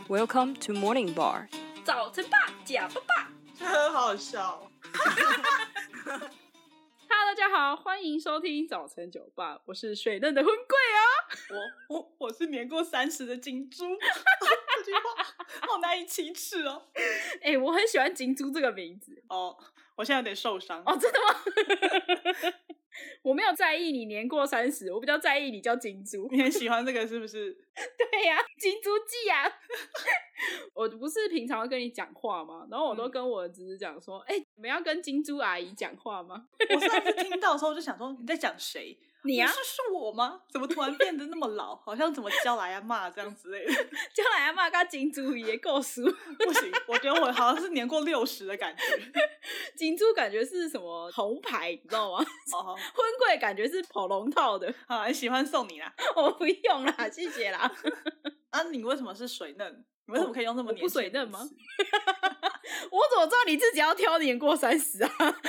Welcome to Morning Bar。 早晨吧，假爸爸， 很好笑。 Hello， 大家好，欢迎收听早晨酒吧，我是水嫩的婚贵啊， 我是年过30的金猪，这句话好难以启齿哦。 我很喜欢金猪这个名字哦，我现在有点受伤哦，真的吗？我没有在意你年过30，我比较在意你叫金猪。 你很喜欢这个是不是？ 对呀、金猪记啊。我不是平常会跟你讲话吗？然后我都跟我的侄子讲说，你们要跟金猪阿姨讲话吗？ 我上次听到的时候就想说你在讲谁？ 你啊？ 是我吗？怎么突然变得那么老？好像怎么教来阿嬷这样之类的。 叫来阿嬷跟金猪也够熟。 不行，我觉得我好像是年过60的感觉。 金猪感觉是什么红牌，你知道吗？ 哦， 婚贵感觉是跑龙套的。 好，很喜欢送你啦。 我不用啦，谢谢啦。 啊，你为什么是水嫩？你为什么可以用这么年轻？ 我不水嫩吗？我怎么知道你自己要挑年过30啊？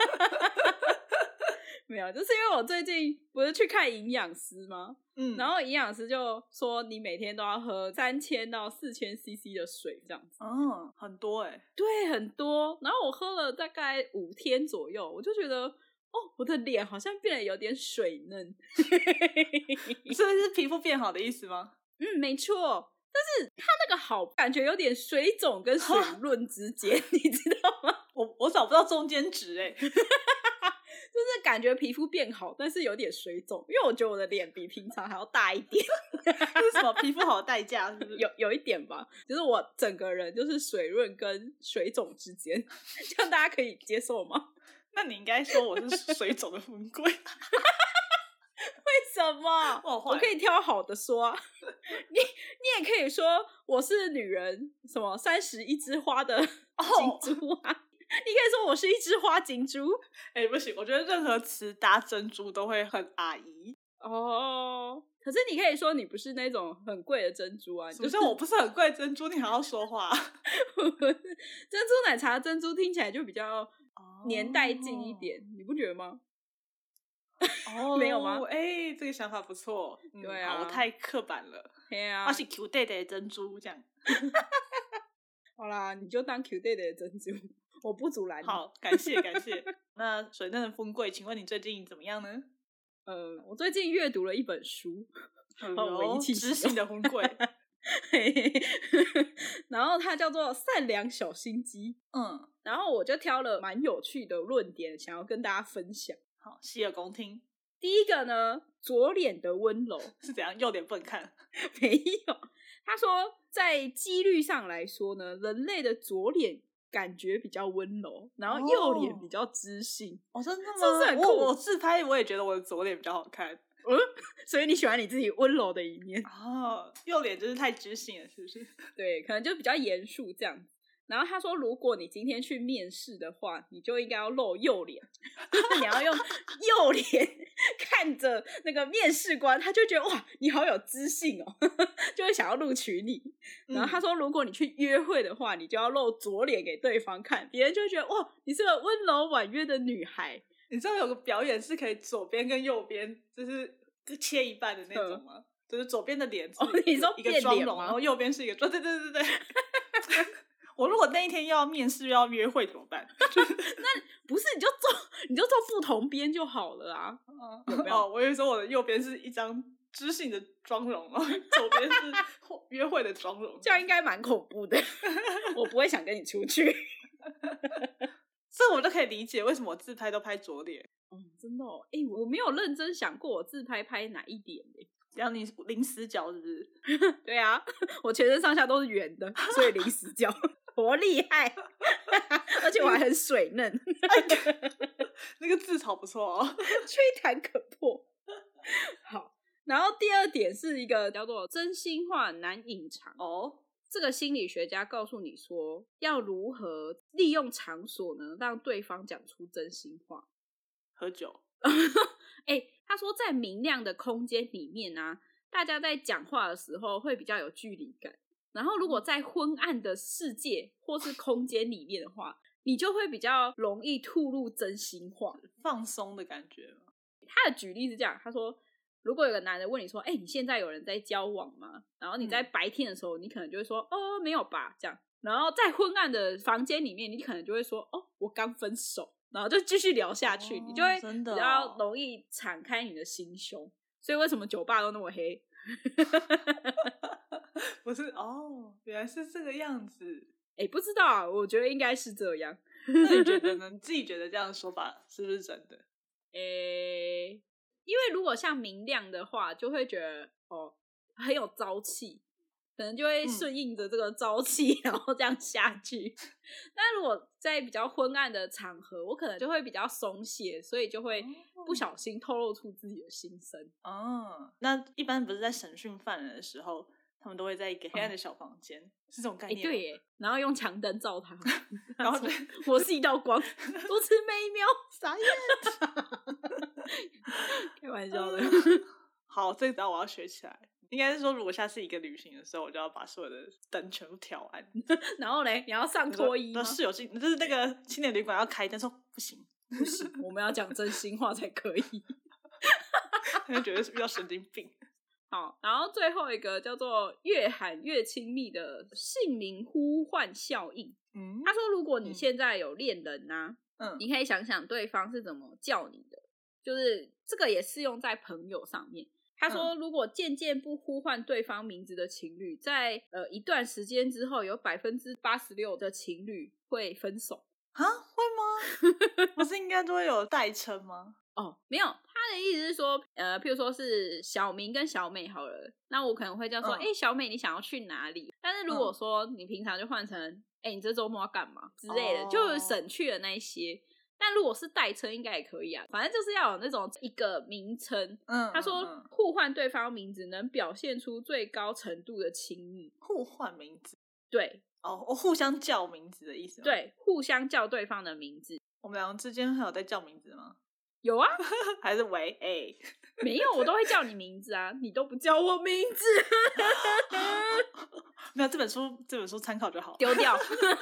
没有，就是因为我最近不是去看营养师吗？然后营养师就说你每天都要喝3000到4000 CC 的水这样子。 很多对，很多。然后我喝了大概5天左右，我就觉得我的脸好像变得有点水嫩。 所以是皮肤变好的意思吗？ 没错。但是它那个好感觉有点水肿跟水润之间，你知道吗？ 我找不到中间值就是感觉皮肤变好，但是有点水肿，因为我觉得我的脸比平常还要大一点。 这是什么皮肤好的代价？是不是？ 有一点吧，就是我整个人就是水润跟水肿之间，这样大家可以接受吗？ 那你应该说我是水肿的婚贵。 为什么？我可以挑好的说啊。你也可以说我是女人什么31枝花的金珠啊。你可以说我是一只花金珠。 不行，我觉得任何词搭珍珠都会很阿姨哦。可是你可以说你不是那种很贵的珍珠啊。 就是我不是很贵的珍珠，你还要说话。 珍珠奶茶珍珠听起来就比较年代近一点，你不觉得吗？没有吗？ 这个想法不错。 对啊， 我太刻板了。 对啊， 我是 Q 弟弟的珍珠这样。 好啦，你就当 Q 弟弟的珍珠，我不阻拦你。 好，感谢感谢。那水嫩的婚贵，请问你最近怎么样呢？ 我最近阅读了一本书，文艺知性的婚贵。 然后它叫做《善良小心机》。然后我就挑了蛮有趣的论点，想要跟大家分享。 好，洗耳恭听。 第一个呢，左脸的温柔是怎样？右脸不能看？ 没有，他说在几率上来说呢，人类的左脸感觉比较温柔，然后右脸比较知性。 真的吗？ 是不是很酷？ 我自拍我也觉得我的左脸比较好看。 所以你喜欢你自己温柔的一面。 右脸就是太知性了，是不是？ 对，可能就比较严肃这样子。然后他说，如果你今天去面试的话，你就应该要露右脸，你要用右脸看着那个面试官，他就觉得哇，你好有知性哦，就会想要录取你。然后他说，如果你去约会的话，你就要露左脸给对方看，别人就会觉得哇，你是个温柔婉约的女孩。 你知道有个表演是可以左边跟右边就是切一半的那种吗？就是左边的脸是你说一个妆容，然后右边是一个妆。对。我如果那一天又要面试又要约会怎么办？ 那不是你就做不同边就好了啊。有没有？ 我以为说我的右边是一张知性的妆容，然后左边是约会的妆容， 这样应该蛮恐怖的。我不会想跟你出去。 这我就可以理解为什么我自拍都拍左脸。 真的我没有认真想过我自拍拍哪一点这样你零死角是不是？ 对啊，我全身上下都是圆的，所以零死角。多厉害。而且我还很水嫩。 那个自嘲不错吹弹可破。好，然后第二点是一个叫做真心话难隐藏。这个心理学家告诉你说，要如何利用场所呢，让对方讲出真心话。 喝酒。 他说在明亮的空间里面啊，大家在讲话的时候会比较有距离感，然后如果在昏暗的世界或是空间里面的话，你就会比较容易吐露真心话， 放松的感觉吗？ 他的举例是这样，他说如果有个男的问你说，你现在有人在交往吗？然后你在白天的时候，你可能就会说，没有吧，这样。然后在昏暗的房间里面，你可能就会说，我刚分手，然后就继续聊下去，你就会比较容易敞开你的心胸。所以为什么酒吧都那么黑？ 不是原来是这个样子。 不知道啊，我觉得应该是这样。 那你觉得呢？你自己觉得这样的说法是不是真的？ 因为如果像明亮的话，就会觉得很有朝气，可能就会顺应着这个朝气，然后这样下去。但如果在比较昏暗的场合，我可能就会比较松懈，所以就会不小心透露出自己的心声。 那一般不是在审讯犯人的时候，他们都会在一个黑暗的小房间，是这种概念吗？ 对耶，然后用强灯照他， 然后我是一道光，如此美妙， 傻眼。 开玩笑的。 好，这招我要学起来。应该是说，如果下次一个旅行的时候，我就要把所有的灯全部调暗。 然后嘞，你要上脱衣吗？ 室友就是那个青年旅馆要开灯，说不行， 我们要讲真心话才可以。 他就觉得是遇到神经病。 好，然后最后一个叫做越喊越亲密的姓名呼唤效应。他说，如果你现在有恋人啊，你可以想想对方是怎么叫你的，就是这个也适用在朋友上面。他说，如果渐渐不呼唤对方名字的情侣，在一段时间之后，有86%的情侣会分手。 啊，会吗？不是应该都会有代称吗？ 没有，他的意思是说，譬如说是小明跟小美好了，那我可能会叫说，小美你想要去哪里？但是如果说你平常就换成，你这周末要干嘛之类的，就省去了那一些。但如果是代称应该也可以啊，反正就是要有那种一个名称。他说互换对方名字能表现出最高程度的亲密。 互换名字？对，互相叫名字的意思吗？ 对，互相叫对方的名字。 我们两个之间还有在叫名字吗？ 有啊。 还是喂没有，我都会叫你名字啊，你都不叫我名字。 没有，这本书参考就好， 丢掉。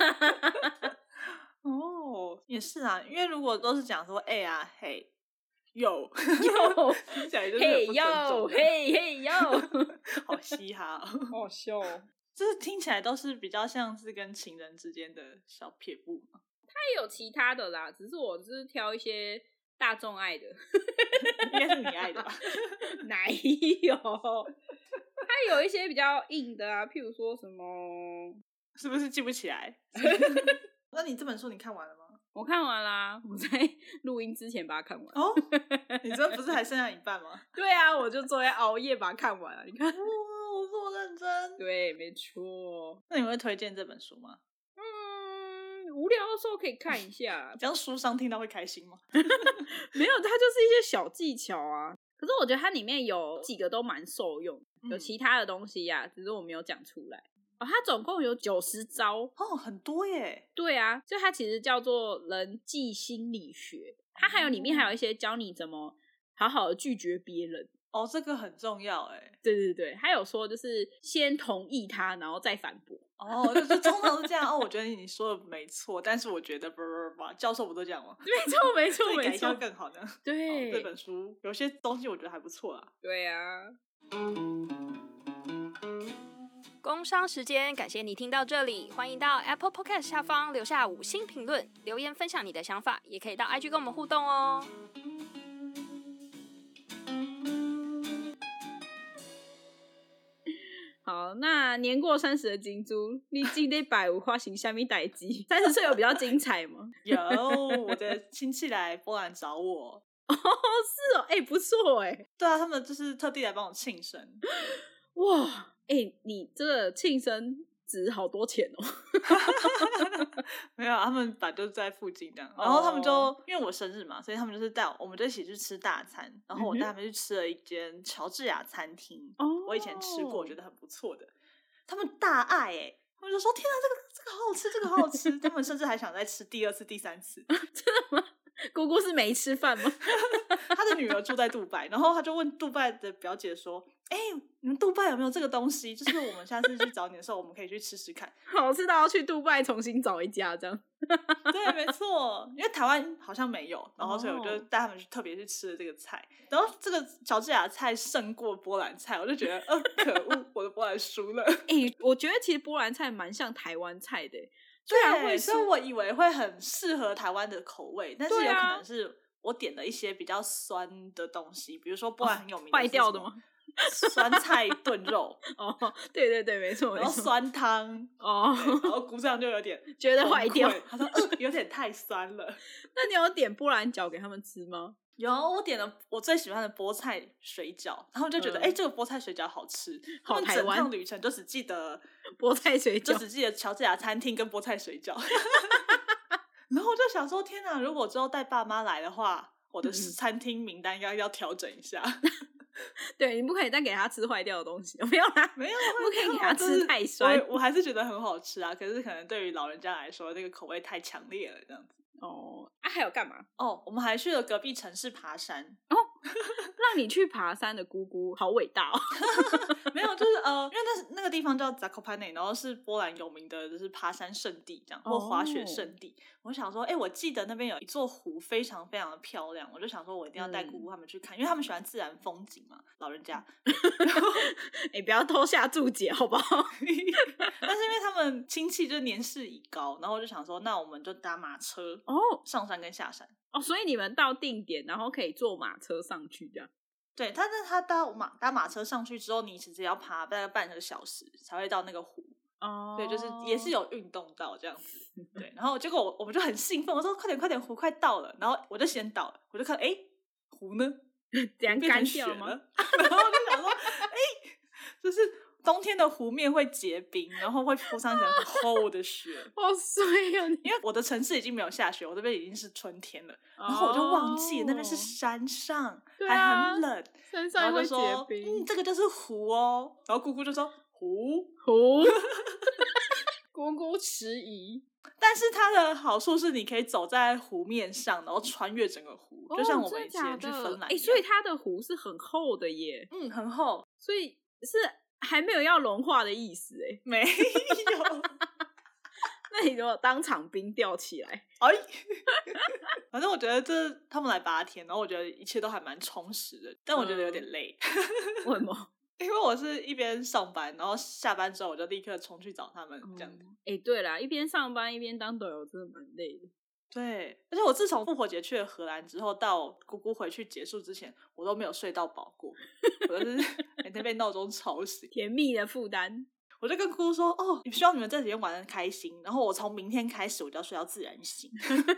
也是啊，因为如果都是讲说啊嘿yo 听起来就是嘿yo嘿yo 好嘻哈好笑就是听起来都是比较像是跟情人之间的小撇步嘛。 他也有其他的啦，只是我就是挑一些大众爱的。 应该是你爱的吧？ 哪有，他有一些比较硬的啊，譬如说什么， 是不是记不起来？那你这本书你看完了吗？ 我看完啦，我在录音之前把它看完。 你这不是还剩下一半吗？ 对啊，我就昨天熬夜把它看完了。你看， 我这么认真。 对，没错。 那你会推荐这本书吗？ 无聊的时候可以看一下。 这样书商听到会开心吗？ 没有，它就是一些小技巧啊。可是我觉得它里面有几个都蛮受用，有其他的东西啊，只是我没有讲出来。它总共有90招很多耶。 对啊，就它其实叫做人际心理学，它里面还有一些教你怎么好好的拒绝别人。 这个很重要哎。 对对对，还有说就是先同意他，然后再反驳。 就是通常是这样。我觉得你说的没错，但是我觉得教授不都这样吗？ 没错没错没错， 改一下更好的。 对， 这本书有些东西我觉得还不错啊。 对啊。 工商时间，感谢你听到这里，欢迎到 Apple Podcast 下方留下5星评论，留言分享你的想法，也可以到 IG 跟我们互动哦。 好，那年过30的金珠，你今天摆有发生什么代志？30岁有比较精彩吗？ 有，我的亲戚来波兰找我。 是哦，不错哎。 对啊，他们就是特地来帮我庆生。 哇，你这个庆生值好多钱哦。 没有，他们本来就在附近这样，然后他们就因为我生日嘛，所以他们就是我们就一起去吃大餐，然后我带他们去吃了一间乔治亚餐厅。我以前吃过，我觉得很不错的。他们大爱他们就说天啊，这个好好吃，这个好好吃。他们甚至还想再吃第2次、第3次。 真的吗？ 姑姑是没吃饭吗？ 他的女儿住在杜拜，然后他就问杜拜的表姐说：“你们杜拜有没有这个东西？就是我们下次去找你的时候，我们可以去吃吃看。” 好吃到要去杜拜重新找一家这样。 对，没错，因为台湾好像没有，然后所以我就带他们去特别去吃了这个菜。然后这个乔治亚菜胜过波兰菜，我就觉得可恶，我的波兰输了。 我觉得其实波兰菜蛮像台湾菜的， 虽然会，所以我以为会很适合台湾的口味，但是有可能是我点了一些比较酸的东西，比如说波兰很有名的坏掉的吗？ 酸菜炖肉对对对，没错， 然后酸汤然后姑丈就有点觉得坏掉， 他说有点太酸了。 那你有点波兰饺给他们吃吗？ 有，我点了我最喜欢的菠菜水饺，然后就觉得这个菠菜水饺好吃， 好台湾。 整趟旅程就只记得菠菜水饺， 就只记得乔治亚餐厅跟菠菜水饺。然后我就想说，天哪！如果之后带爸妈来的话，我的餐厅名单应该要调整一下。 对，你不可以再给他吃坏掉的东西，没有啦， 没有， 不可以给他吃太酸。 我还是觉得很好吃啊，可是可能对于老人家来说，那个口味太强烈了，这样子。 还有干嘛？ 我们还去了隔壁城市爬山。 让你去爬山的姑姑好伟大哦！ 没有，就是因为那个地方叫 Zakopane， 然后是波兰有名的就是爬山圣地这样，或滑雪圣地。我想说，我记得那边有一座湖非常非常的漂亮，我就想说我一定要带姑姑他们去看，因为他们喜欢自然风景嘛，老人家。 不要偷下注解好不好？ 但是因为他们亲戚就年事已高，然后我就想说，那我们就搭马车上山跟下山。 所以你们到定点，然后可以坐马车上去这样。 对，但是他搭马车上去之后，你其实要爬大概半个小时才会到那个湖。对，就是也是有运动到这样子。对，然后结果我们就很兴奋，我说快点快点，湖快到了。然后我就先到了，我就看湖呢？ 怎样干掉了吗？ 然后我就想说，就是冬天的湖面会结冰，然后会铺上一层很厚的雪。 好衰啊！ 因为我的城市已经没有下雪，我这边已经是春天了，然后我就忘记了那边是山上，还很冷， 山上会结冰。 这个就是湖哦。然后姑姑就说湖， 姑姑迟疑。 但是它的好处是，你可以走在湖面上，然后穿越整个湖，就像我们以前去芬兰一样。 所以它的湖是很厚的耶。 很厚， 所以是还没有要融化的意思哎。 没有。 那你如果当场冰吊起来？ 反正我觉得他们来8天，然后我觉得一切都还蛮充实的，但我觉得有点累。 为什么？ 因为我是一边上班，然后下班之后我就立刻冲去找他们这样子。 对啦，一边上班一边当导游真的蛮累的。 对，而且我自从复活节去了荷兰之后，到姑姑回去结束之前，我都没有睡到饱过，我就是每天被闹钟吵醒， 甜蜜的负担。 我就跟姑姑说：“希望你们这几天玩得开心，然后我从明天开始我就要睡到自然醒。”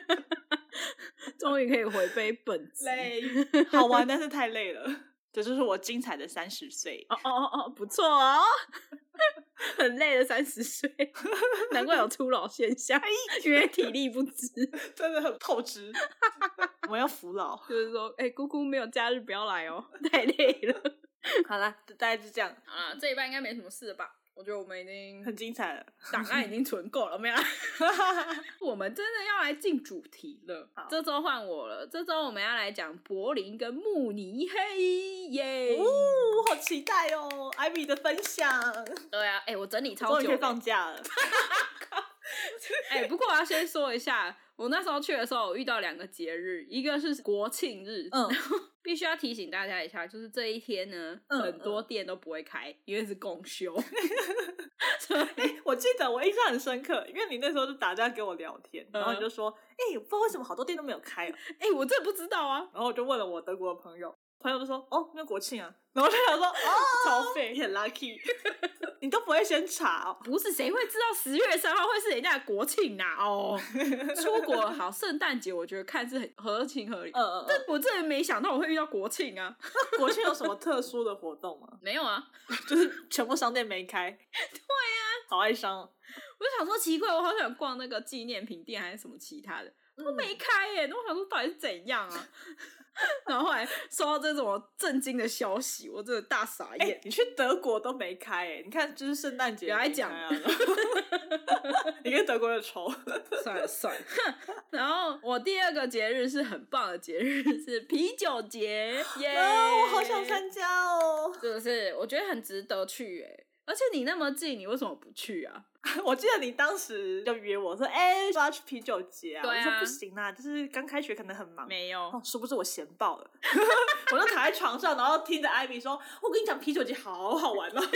终于可以回归本质。 累，好玩，但是太累了。这就是我精彩的30岁。 不错哦。很累的30岁，难怪有初老现象，因为体力不支， 真的很透支。我们要服老， 就是说，姑姑没有假日不要来哦，太累了。 好啦，大概就这样。 这一半应该没什么事了吧？我觉得我们已经很精彩了， 档案已经存够了，没有？我们真的要来进主题了。这周换我了，这周我们要来讲柏林跟慕尼黑耶！ 好期待哦，艾米的分享。 对啊，我整理超久， 终于可以放假了。 不过我要先说一下，我那时候去的时候，我遇到2个节日，一个是国庆日，必须要提醒大家一下，就是这一天呢，很多店都不会开，因为是公休。 我记得我印象很深刻，因为你那时候就打电话给我聊天，然后你就说，我不知道为什么好多店都没有开啊。 我真的不知道啊。 然后我就问了我德国的朋友就说，因为国庆啊。然后我就想说，超废，你很 lucky。你都不会先查哦？ 不是，谁会知道10月3号会是人家的国庆啊？出国好，圣诞节我觉得看是很合情合理。但我真的没想到我会遇到国庆啊！ 国庆有什么特殊的活动吗？ 没有啊， 就是全部商店没开。 对啊， 好哀伤。 我就想说奇怪，我好想逛那个纪念品店还是什么其他的，都没开耶。那我想说到底是怎样啊？ 然后后来收到这种震惊的消息，我真的大傻眼。 你去德国都没开你看就是圣诞节来讲你跟德国有仇。 算了算了。然后我第二个节日是很棒的节日，是啤酒节，耶！ 我好想参加哦， 是不是？我觉得很值得去而且你那么近，你为什么不去啊？ 我记得你当时就约我说，说要去啤酒节啊。 对啊， 我说不行啦，就是刚开学可能很忙。 没有， 殊不知我闲爆了。我就躺在床上，然后听着艾米说：“我跟你讲，啤酒节好好玩哦。”我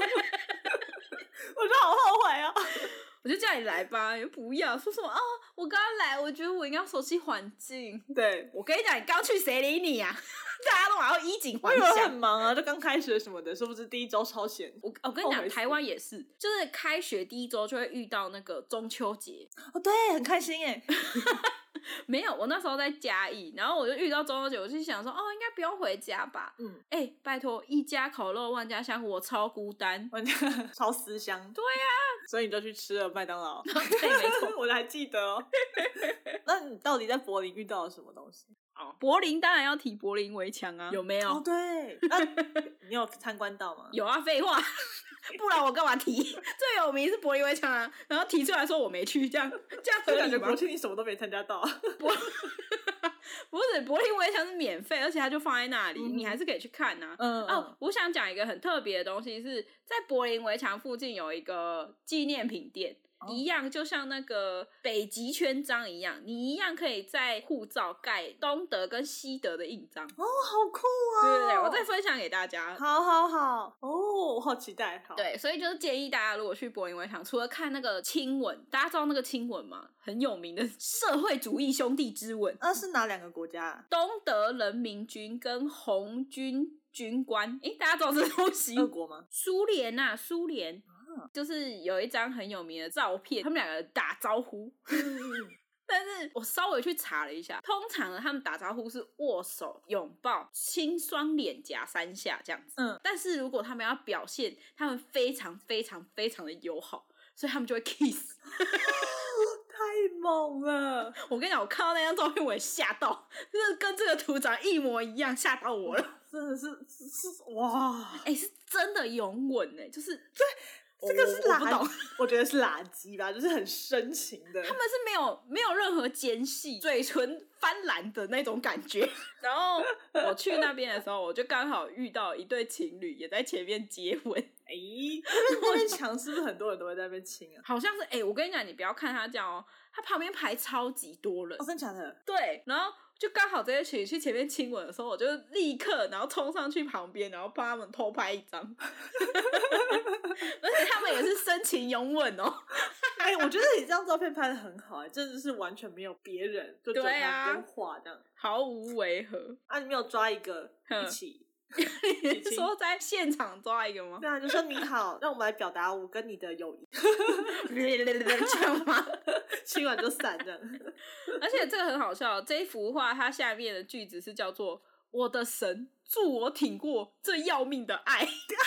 就好后悔啊。 我就叫你来吧，你不要说什么我刚刚来，我觉得我应该要熟悉环境。 对， 我跟你讲，你刚去谁理你啊？大家都还要衣锦还乡。我乡， 很忙啊，就刚开学什么的，殊不知第一周超闲。 我跟你讲，台湾也是，就是开学第一周就会遇到那个中秋节。 对，很开心耶。 没有，我那时候在嘉义，然后我就遇到中秋节，我就想说，应该不用回家吧。拜托，一家烤肉万家香，我超孤单， 超思乡。 对啊， 所以你就去吃了麦当劳。 对，没错， 我还记得哦。那你到底在柏林遇到了什么东西？ 柏林当然要提柏林围墙啊，有没有？ 对，你有参观到吗？ 有啊，废话。不然我干嘛提？最有名是柏林围墙啊，然后提出来说我没去，这样合理吗？ 感觉国庆你什么都没参加到。 不是，柏林围墙是免费，而且它就放在那里，你还是可以去看啊。我想讲一个很特别的东西，是在柏林围墙附近有一个纪念品店。一样就像那个北极圈章一样，你一样可以在护照盖东德跟西德的印章。 好酷对对对，我再分享给大家。 好我好期待。好， 对，所以就是建议大家如果去柏林围墙，除了看那个亲吻，大家知道那个亲吻吗？很有名的社会主义兄弟之吻。 那是哪两个国家？ 东德人民军跟红军军官。大家知道这东西？ 俄国吗？ 苏联啊，苏联。就是有一张很有名的照片，他们两个打招呼。但是我稍微去查了一下，通常呢他们打招呼是握手、拥抱、亲双脸颊3下这样子。但是如果他们要表现他们非常非常非常的友好，所以他们就会 kiss。 太猛了！ 我跟你讲，我看到那张照片我也吓到，就是跟这个图长一模一样，吓到我了。 真的是哇！ 是真的拥吻就是对。这个是我不懂， 我觉得是垃圾吧，就是很深情的。 他们是没有任何间隙，嘴唇翻蓝的那种感觉。然后我去那边的时候，我就刚好遇到一对情侣也在前面接吻。 那边墙是不是很多人都会在那边亲啊？ 好像是我跟你讲，你不要看他这样他旁边排超级多人。 真的假的？ 对，然后就刚好这些情侣去前面亲吻的时候，我就立刻然后冲上去旁边，然后帮他们偷拍一张。而且他们也是深情拥吻哦。 我觉得你这张照片拍得很好真的是完全没有别人，就只有他跟画这样， 毫无违和。 你没有抓一个一起？ 你说在现场抓一个吗？ 对啊，就说你好，让我们来表达我跟你的友谊。 这样吗？ 亲完就散这样。 而且这个很好笑，这一幅画它下面的句子是叫做“我的神，助我挺过这要命的爱”。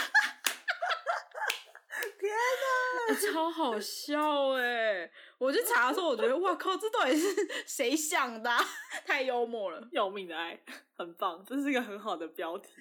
天哪， 超好笑我去查的时候，我觉得哇靠，这到底是谁想的太幽默了。 要命的爱很棒，这是一个很好的标题。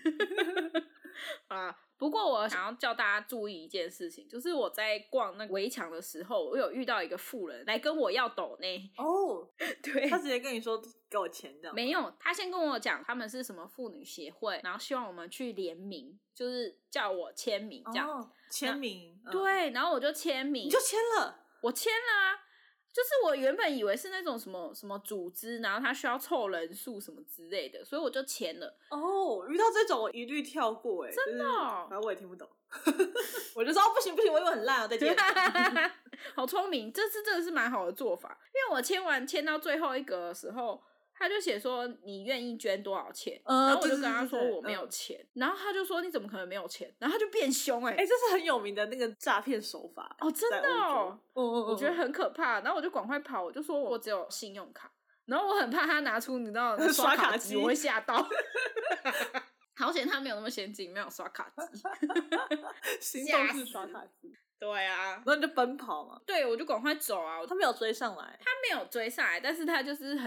不过我想要叫大家注意一件事情，就是我在逛那个围墙的时候，我有遇到一个妇人来跟我要抖内。对， 他直接跟你说给我钱这样？ 没有，他先跟我讲他们是什么妇女协会，然后希望我们去联名，就是叫我签名这样。 签名。 对，然后我就签名。 你就签了？ 我签了啊。就是我原本以为是那种什么组织，然后他需要凑人数什么之类的，所以我就签了。 遇到这种我一律跳过真的反正我也听不懂。我就说不行，我英文很烂再见。 好聪明，这次真的是蛮好的做法，因为我签到最后一格的时候，他就写说你愿意捐多少钱，然后我就跟他说我没有钱，然后他就说你怎么可能没有钱，然后他就变凶这是很有名的那个诈骗手法真的我觉得很可怕，然后我就赶快跑，我就说我只有信用卡，然后我很怕他拿出你知道刷卡机，我会吓到。好险他没有那么先进，没有刷卡机。 行动式刷卡机。 对啊， 然后你就奔跑嘛。 对，我就赶快走啊。 他没有追上来。 他没有追上来，但是他就是很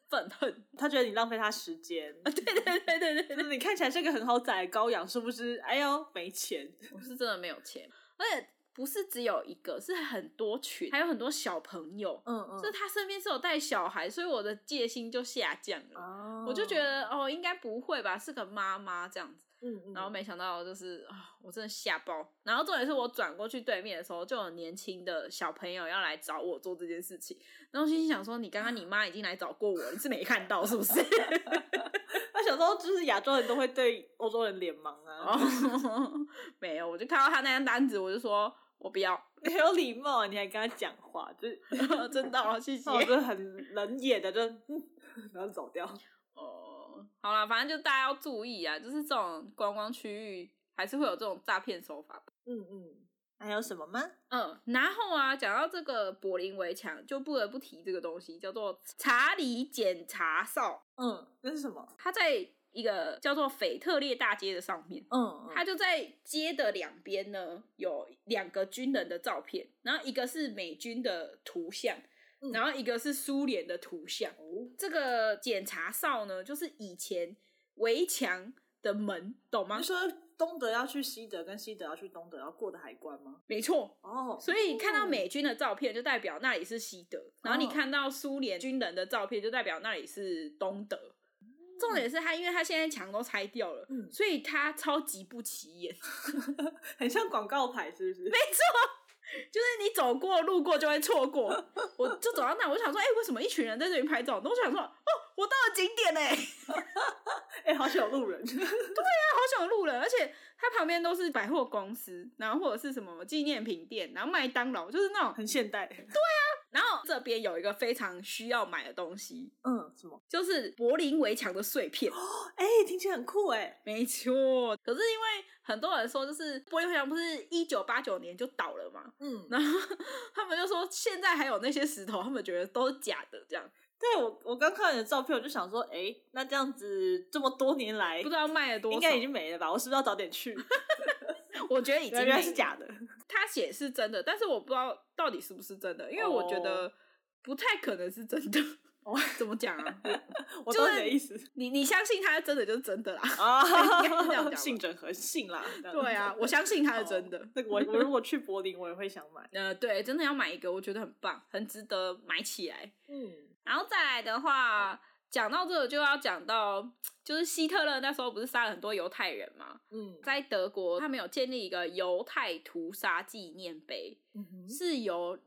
愤恨， 他觉得你浪费他时间。 对， 就是你看起来是个很好宰的羔羊，是不是？哎呦，没钱。 我是真的没有钱，而且不是只有一个，是很多群，还有很多小朋友。所以他身边是有带小孩，所以我的戒心就下降了。我就觉得应该不会吧，是个妈妈这样子。然后没想到就是我真的吓爆。然后重点是我转过去对面的时候，就有年轻的小朋友要来找我做这件事情。然后心想说，你刚刚你妈已经来找过我，你是没看到是不是？ 他小时候就是亚洲人都会对欧洲人脸盲啊。 没有，我就看到他那张单子，我就说我不要。 你很有礼貌，你还跟他讲话，就是真的谢谢。 我就很冷眼的就然后走掉。 好啦，反正就大家要注意啊，就是这种观光区域还是会有这种诈骗手法。 还有什么吗？ 然后啊，讲到这个柏林围墙，就不得不提这个东西，叫做查理检查哨。 那是什么？ 它在一个叫做腓特烈大街的上面。它就在街的两边呢，有2个军人的照片，然后一个是美军的图像，然后一个是苏联的图像。这个检查哨呢，就是以前围墙的门，懂吗？ 你说东德要去西德，跟西德要去东德要过的海关吗？ 没错。所以看到美军的照片就代表那里是西德，然后你看到苏联军人的照片就代表那里是东德。重点是因为他现在墙都拆掉了，所以他超级不起眼。 很像广告牌是不是？ 没错，就是你走过路过就会错过。我就走到那，我就想说为什么一群人在这里拍照？我想说我到了景点嘞。 好像有路人。 对啊，好像有路人，而且它旁边都是百货公司，然后或者是什么纪念品店，然后麦当劳，就是那种很现代。 对啊，然后这边有一个非常需要买的东西。 什么？ 就是柏林围墙的碎片。 听起来很酷哎。 没错。可是因为很多人说，就是柏林围墙不是1989年就倒了嘛，然后他们就说现在还有那些石头，他们觉得都是假的这样。 对，我刚看你的照片，我就想说，那这样子这么多年来， 不知道卖了多少， 应该已经没了吧？我是不是要早点去？ 我觉得已经原来是假的。 他写是真的，但是我不知道到底是不是真的，因为我觉得不太可能是真的。怎么讲啊？ 我懂你的意思。 你相信他真的就是真的啦。应该是这样讲， 信者恒信啦。 对啊，我相信他是真的。 我如果去柏林，我也会想买。 对，真的要买一个，我觉得很棒，很值得买起来。然后再来的话，讲到这个就要讲到，就是希特勒那时候不是杀了很多犹太人吗？在德国他们有建立一个犹太屠杀纪念碑，是由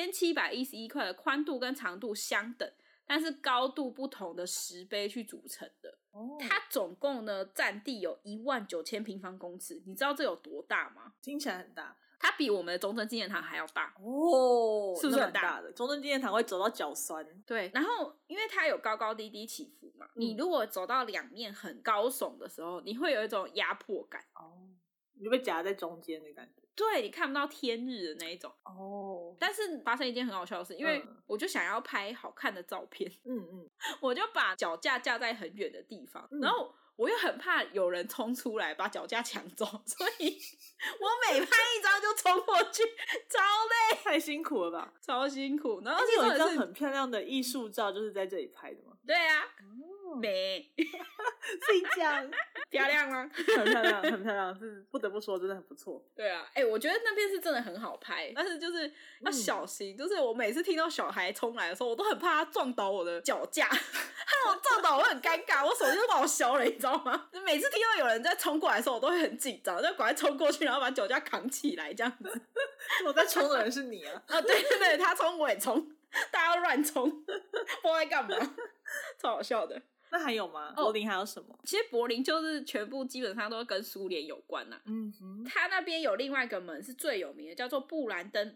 2711块的宽度跟长度相等，但是高度不同的石碑去组成的。它总共呢占地有19000平方公尺，你知道这有多大吗？ 听起来很大。 它比我们的中正纪念堂还要大。是不是很大的？中正纪念堂会走到脚酸。 对，然后因为它有高高低低起伏嘛，你如果走到两面很高耸的时候，你会有一种压迫感。 你就被夹在中间的感觉。 对，你看不到天日的那一种。但是发生一件很好笑的事，因为我就想要拍好看的照片，我就把脚架架在很远的地方，然后我又很怕有人冲出来把脚架抢走，所以我每拍一张就冲过去，超累， 太辛苦了吧？ 超辛苦。然后有一张很漂亮的艺术照，就是在这里拍的吗？ 对啊，美， 自己讲， 漂亮吗？ 很漂亮，很漂亮，是不得不说，真的很不错。 对啊，我觉得那边是真的很好拍，但是就是要小心，就是我每次听到小孩冲来的时候，我都很怕他撞倒我的脚架，他我撞倒我很尴尬，我手就把我削了，你知道吗？每次听到有人在冲过来的时候，我都会很紧张，就赶快冲过去，然后把脚架扛起来，这样子。 我在冲的人是你啊！ 对，他冲我也冲，大家都乱冲，不知道在干嘛，超好笑的。 那还有吗？柏林还有什么？ 其实柏林就是全部基本上都跟苏联有关啦。他那边有另外一个门是最有名的，叫做布兰登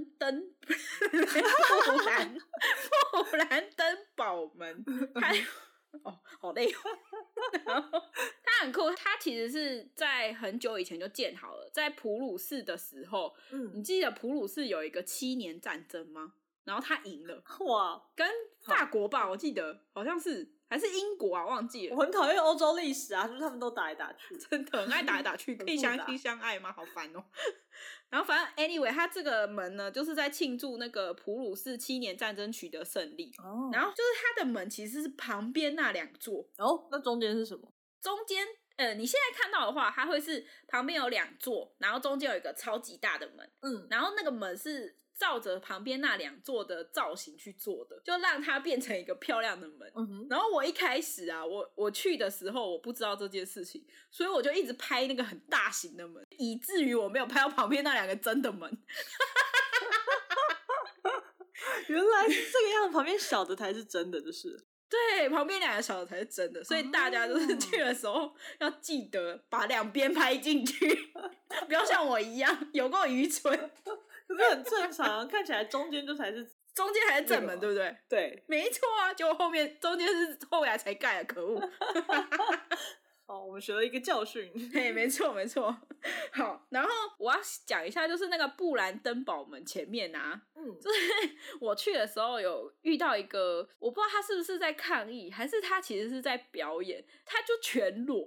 堡门。好累哦。然后它很酷，它其实是在很久以前就建好了，在普鲁士的时候，你记得普鲁士有一个7年战争吗？然后他赢了， 哇， 跟法国吧，我记得好像是还是英国啊，忘记了。 我很讨厌欧洲历史啊，就是他们都打来打去， 真的很爱打来打去，可以相亲相爱吗？好烦哦。然后反正 anyway， 它这个门呢，就是在庆祝那个普鲁士7年战争取得胜利。然后就是它的门其实是旁边那2座。 那中间是什么？ 中间你现在看到的话，它会是旁边有2座，然后中间有一个超级大的门。然后那个门是照着旁边那2座的造型去做的，就让它变成一个漂亮的门。然后我一开始啊，我去的时候我不知道这件事情，所以我就一直拍那个很大型的门，以至于我没有拍到旁边那2个真的门。 原来是这个样子，旁边小的才是真的，就是。 对，旁边2个小的才是真的，所以大家就是去的时候要记得把2边拍进去，不要像我一样有够愚蠢。 可是很正常，看起来中间就才是中间还是正门，对不对？ 对， 没错啊，结果后面中间是后来才盖的，可恶。 我们学了一个教训。 嘿，没错没错。好，然后我要讲一下，就是那个布兰登堡门前面啊，就是我去的时候有遇到一个，我不知道他是不是在抗议，还是他其实是在表演，他就全裸。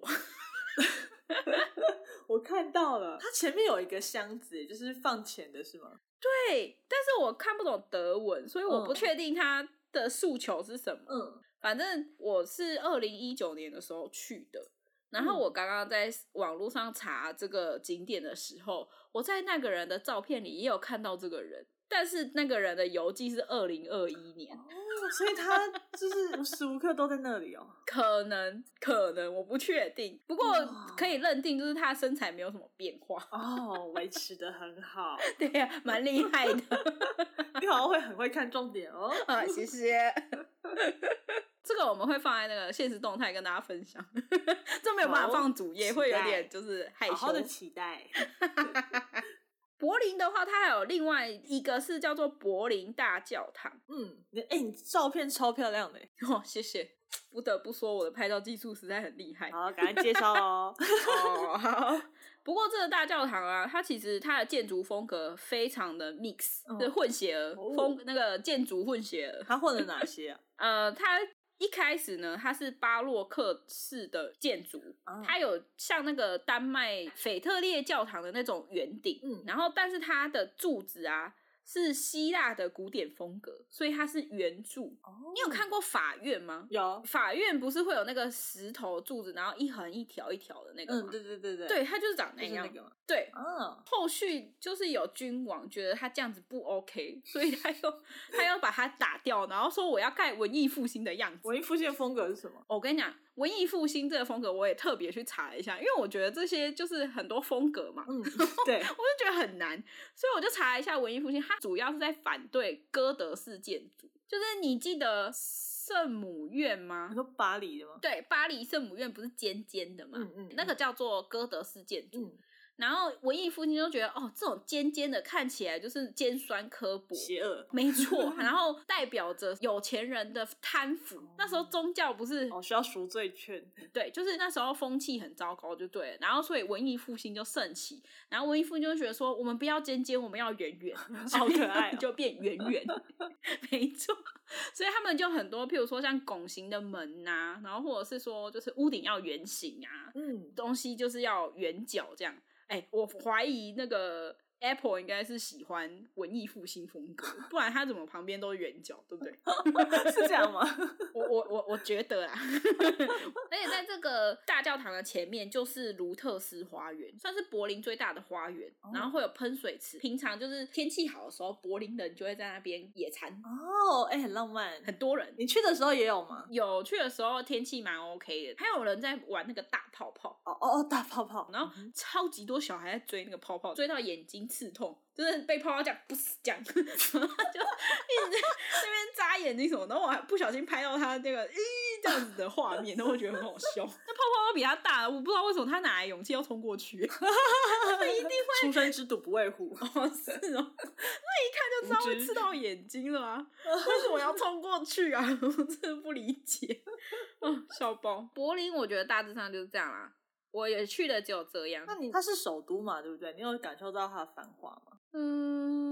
我看到了，它前面有一个箱子，就是放钱的是吗？ 对，但是我看不懂德文，所以我不确定他的诉求是什么。反正我是2019年的时候去的，然后我刚刚在网络上查这个景点的时候，我在那个人的照片里也有看到这个人，但是那个人的邮寄是2021年。 所以他就是无时无刻都在那里哦。 可能我不确定，不过可以认定就是他身材没有什么变化。 维持得很好。 对啊，蛮厉害的。 你好像会很会看重点哦。 谢谢。这个我们会放在那个限时动态跟大家分享。这没有办法放主页，会有点就是害羞。 好好的期待。 柏林的话，它还有另外一个是叫做柏林大教堂。 你照片超漂亮的。 谢谢。不得不说我的拍照技术实在很厉害。 好，赶快介绍哦。 好。不过这个大教堂啊，它其实它的建筑风格非常的 mix，就是混血儿那个建筑混血儿。 它混了哪些啊？ 它一开始呢，它是巴洛克式的建筑，它有像那个丹麦腓特烈教堂的那种圆顶，然后但是它的柱子啊是希腊的古典风格，所以它是圆柱。你有看过法院吗？ 有。 法院不是会有那个石头柱子，然后一横一条一条的那个吗？对，它就是长那样。就是那个吗？对。后续就是有君王觉得他这样子不 OK， 所以他又把它打掉，然后说我要盖文艺复兴的样子。 文艺复兴的风格是什么？ 我跟你讲，文艺复兴这个风格我也特别去查了一下，因为我觉得这些就是很多风格嘛。 对。 我就觉得很难，所以我就查了一下文艺复兴，它主要是在反对哥德式建筑。就是你记得圣母院吗？ 你说巴黎的吗？ 对，巴黎圣母院不是尖尖的吗？那个叫做哥德式建筑。然后文艺复兴就觉得这种尖尖的看起来就是尖酸刻薄邪恶。 没错。然后代表着有钱人的贪腐。那时候宗教不是需要赎罪券。 对，就是那时候风气很糟糕就对了，然后所以文艺复兴就盛起，然后文艺复兴就觉得说我们不要尖尖，我们要圆圆。 好可爱就变圆圆。没错。所以他们就很多譬如说像拱形的门啊，然后或者是说就是屋顶要圆形啊，东西就是要圆角这样。我怀疑那个 Apple 应该是喜欢文艺复兴风格，不然它怎么旁边都是圆角，对不对？ 是这样吗？ 我觉得啦。而且在这个大教堂的前面就是卢特斯花园，算是柏林最大的花园，然后会有喷水池。平常就是天气好的时候，柏林人就会在那边野餐。 很浪漫， 很多人。 你去的时候也有吗？ 有，去的时候天气蛮 OK 的，还有人在玩那个大泡泡。 大泡泡， 然后超级多小孩在追那个泡泡，追到眼睛刺痛，就是被泡泡这样不死这样，然后就一直在那边眨眼睛什么，然后我还不小心拍到他那个这样子的画面，然后我觉得很好笑。那泡泡都比他大，我不知道为什么他哪来勇气要冲过去。他们一定会初生之犊不畏虎。 是哦，那一看就知道会刺到眼睛了啊！为什么要冲过去啊？我真的不理解。笑爆。柏林我觉得大致上就是这样啦。我也去的只有这样。 那它是首都嘛，对不对？你有感受到它的繁华吗？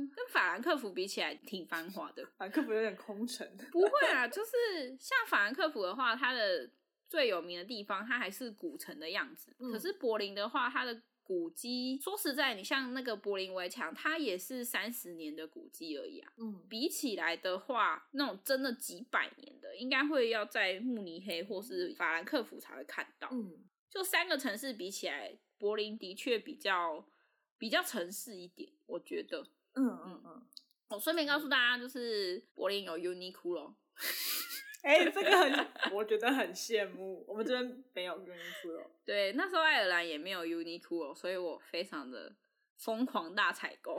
跟法兰克福比起来挺繁华的。 法兰克福有点空城。 不会啊，就是像法兰克福的话，它的最有名的地方，它还是古城的样子。可是柏林的话，它的古迹，说实在，你像那个柏林围墙，它也是30年的古迹而已啊。比起来的话，那种真的几百年的，应该会要在慕尼黑或是法兰克福才会看到。就3个城市比起来，柏林的确比较城市一点，我觉得。我顺便告诉大家，就是柏林有 Uniqlo。 这个我觉得很羡慕，我们这边没有 Uniqlo。 对，那时候爱尔兰也没有 Uniqlo， 所以我非常的疯狂大采购，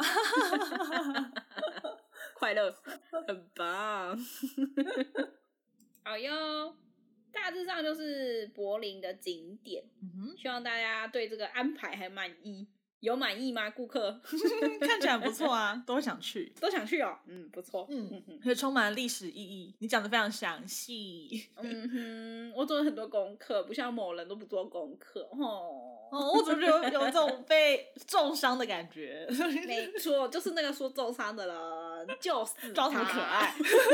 快乐，很棒。好哟，大致上就是柏林的景点，希望大家对这个安排还满意。有满意吗？顾客看起来不错啊，都想去， 都想去哦。不错， 也充满了历史意义。你讲的非常详细。 我做了很多功课，不像某人都不做功课。 我怎么觉得有这种被重伤的感觉？ 没错，就是那个说重伤的人，就是装什么可爱。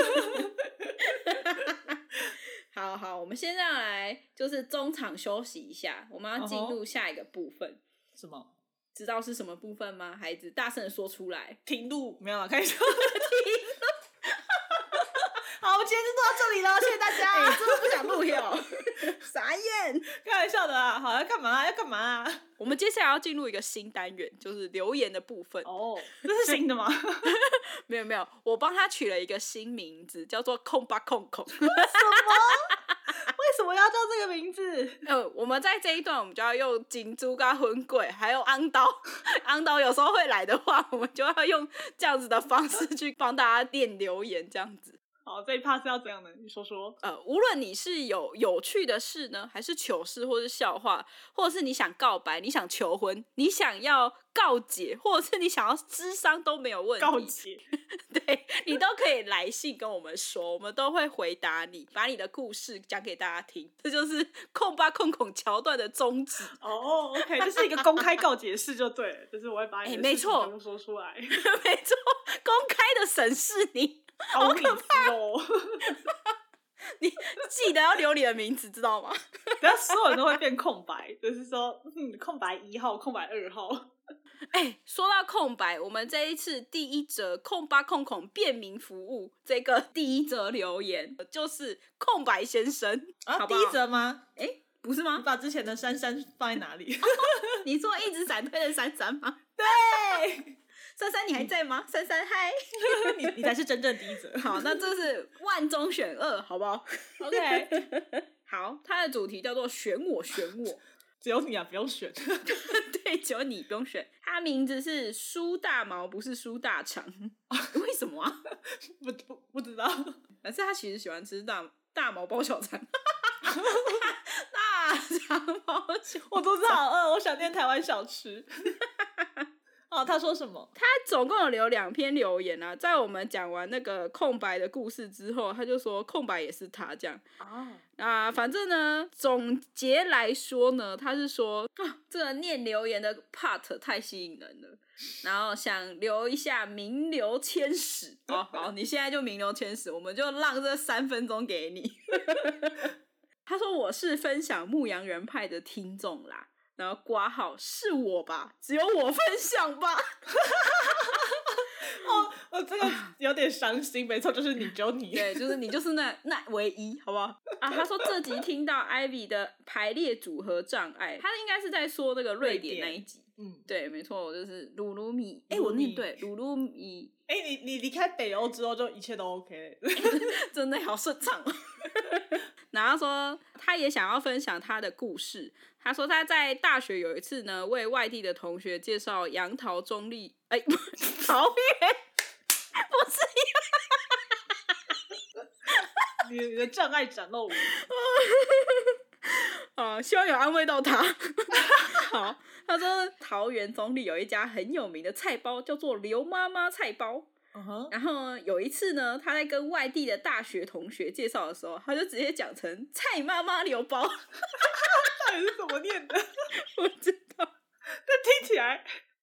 好，我们现在来就是中场休息一下，我们要进入下一个部分。 什么？ 知道是什么部分吗？孩子，大声的说出来。 停录没有了，开始。停录。好，我们今天就录到这里了，谢谢大家。 真的不想录哟，傻眼。 开玩笑的啊，好，要干嘛啊？ 我们接下来要进入一个新单元，就是留言的部分。 这是新的吗？ 没有，我帮他取了一个新名字，叫做空吧空空。 什么？为什么要叫这个名字？ 我们在这一段，我们就要用金猪跟混鬼，还有昂刀。昂刀有时候会来的话，我们就要用这样子的方式去帮大家念留言，这样子。 好，这一 part 是要怎样的？你说说。 无论你是有趣的事呢，还是糗事，或是笑话，或者是你想告白，你想求婚，你想要告解，或者是你想要諮商都没有问题。 告解。 对，你都可以来信跟我们说，我们都会回答你，把你的故事讲给大家听。这就是空吧空空桥段的宗旨。 OK， 这是一个公开告解室就对了，就是我会把你的事情全部说出来。 没错，公开的审视你。好可怕哦！ 你记得要留你的名字，知道吗？ 不要所有人都会变空白，就是说，空白1号、空白2号。 说到空白，我们这一次第一则空吧空空便民服务这个第一则留言就是空白先生啊， 好不好？ 第一则吗？ 不是吗？ 你把之前的珊珊放在哪里？ 你说一直闪退的珊珊吗？ 对。 珊珊，你还在吗？珊珊，嗨！ 你才是真正第一则。 好，那这是万中选2，好不好 ？OK。 好，它的主题叫做选我。 只有你啊，不用选。 对，只有你不用选。它名字是苏大毛，不是苏大肠。为什么啊？ 不知道。 但是他其实喜欢吃大毛包小肠。大肠包小肠， 我肚子好饿，我想念台湾小吃。他说什么？ 他总共有留2篇留言啊，在我们讲完那个空白的故事之后，他就说空白也是他这样。反正呢，总结来说呢，他是说这个念留言的 part 太吸引人了，然后想留一下名留千史。好，你现在就名留千史，我们就让这3分钟给你。他说我是分享牧羊人派的听众啦。然后括号是我吧，只有我分享吧。 这个有点伤心，没错，就是你，只有你。 对，就是你，就是那唯一，好不好？他说这集听到 Ivy 的排列组合障碍，他应该是在说那个瑞典那一集。对，没错，我就是鲁鲁米。我念对，鲁鲁米。 你离开北欧之后，就一切都 OK 了。 真的好顺畅。然后说他也想要分享他的故事。他说他在大学有一次呢，为外地的同学介绍杨桃中立，桃园不是。 你的障碍展露无遗。 希望有安慰到他。好，他说桃园中立有一家很有名的菜包，叫做刘妈妈菜包。然后有一次呢，他在跟外地的大学同学介绍的时候，他就直接讲成蔡妈妈刘包。 到底是怎么念的？ 我知道， 但听起来那个妈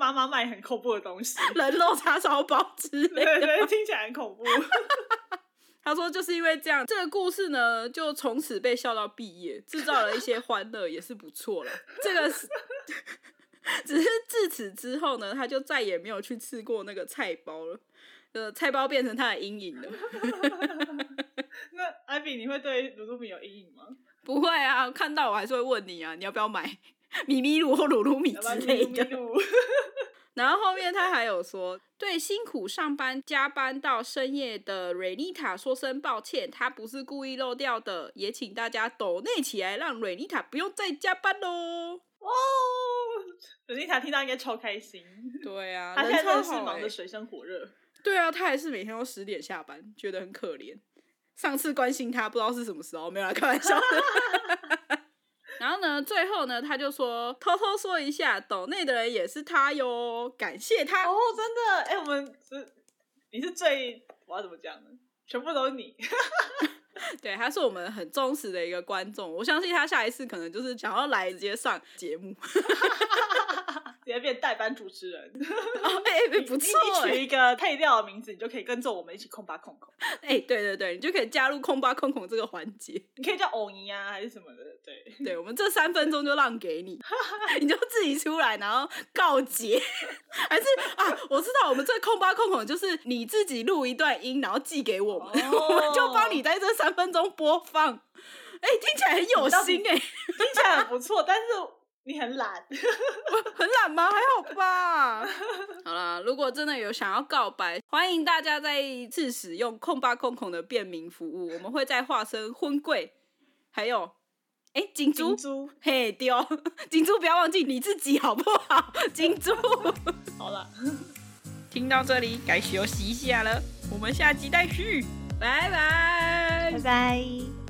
爸妈卖很恐怖的东西， 人肉叉烧包之类的。 对，听起来很恐怖。 他说就是因为这样，这个故事呢就从此被笑到毕业，制造了一些欢乐，也是不错了。这个是只是自此之后呢，他就再也没有去吃过那个菜包了。菜包变成他的阴影了。 那艾比，你会对鲁鲁米有阴影吗？ 不会啊，看到我还是会问你啊，你要不要买米米露或鲁鲁米之类的。然后后面他还有说，对辛苦上班加班到深夜的瑞妮塔说声抱歉，他不是故意漏掉的，也请大家抖内起来，让瑞妮塔不用再加班咯。 哇，瑞妮塔听到应该超开心。 对啊， 他现在真的是忙得水深火热。 对啊，他还是每天都10点下班，觉得很可怜。上次关心他不知道是什么时候，没有啦，开玩笑的。然后呢，最后呢，他就说偷偷说一下，抖内的人也是他哟，感谢他。 哦，真的，我们你是最，我要怎么讲呢？全部都是你。 对，他是我们很忠实的一个观众，我相信他下一次可能就是想要来直接上节目。 直接变代班主持人。 不错， 你取一个配料的名字，你就可以跟着我们一起空巴空空。 对，你就可以加入空巴空空这个环节。 你可以叫偶尼啊，还是什么的。 对，我们这3分钟就让给你，你就自己出来，然后告捷。还是啊，我知道我们这空巴空空就是你自己录一段音，然后寄给我们，我们就帮你在这3分钟播放。听起来很有心听起来很不错，但是你很懒。 我很懒吗？还好吧。好啦，如果真的有想要告白，欢迎大家再次使用空巴空空的便民服务，我们会再化身婚柜，还有金珠，嘿丢，金珠不要忘记你自己好不好？金珠。 好了， 听到这里该休息一下了，我们下集再续，拜拜， 拜拜。